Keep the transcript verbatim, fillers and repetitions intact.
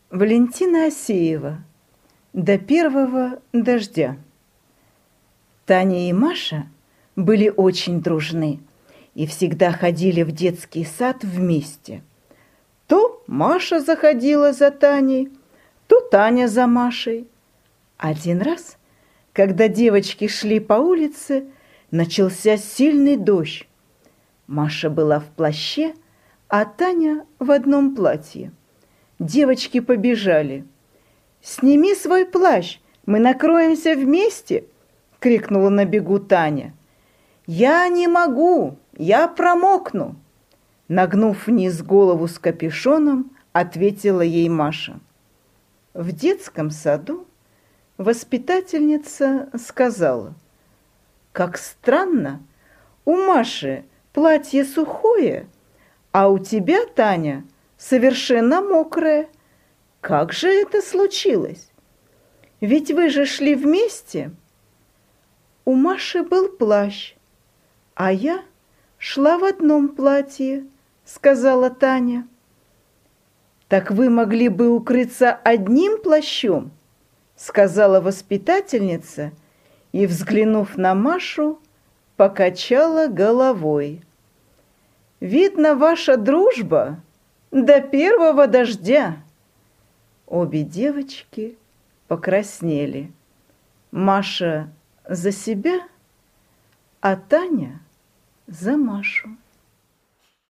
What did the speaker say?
Валентина Асеева. До первого дождя. Таня и Маша были очень дружны и всегда ходили в детский сад вместе. То Маша заходила за Таней, то Таня за Машей. Один раз, когда девочки шли по улице, начался сильный дождь. Маша была в плаще, а Таня в одном платье. Девочки побежали. «Сними свой плащ, мы накроемся вместе!» — крикнула на бегу Таня. «Я не могу, я промокну!» Нагнув вниз голову с капюшоном, ответила ей Маша. В детском саду воспитательница сказала: «Как странно, у Маши платье сухое, а у тебя, Таня, совершенно мокрая. Как же это случилось? Ведь вы же шли вместе». «У Маши был плащ, а я шла в одном платье», — сказала Таня. «Так вы могли бы укрыться одним плащом», — сказала воспитательница и, взглянув на Машу, покачала головой. «Видно, ваша дружба до первого дождя». Обе девочки покраснели. Маша за себя, а Таня за Машу.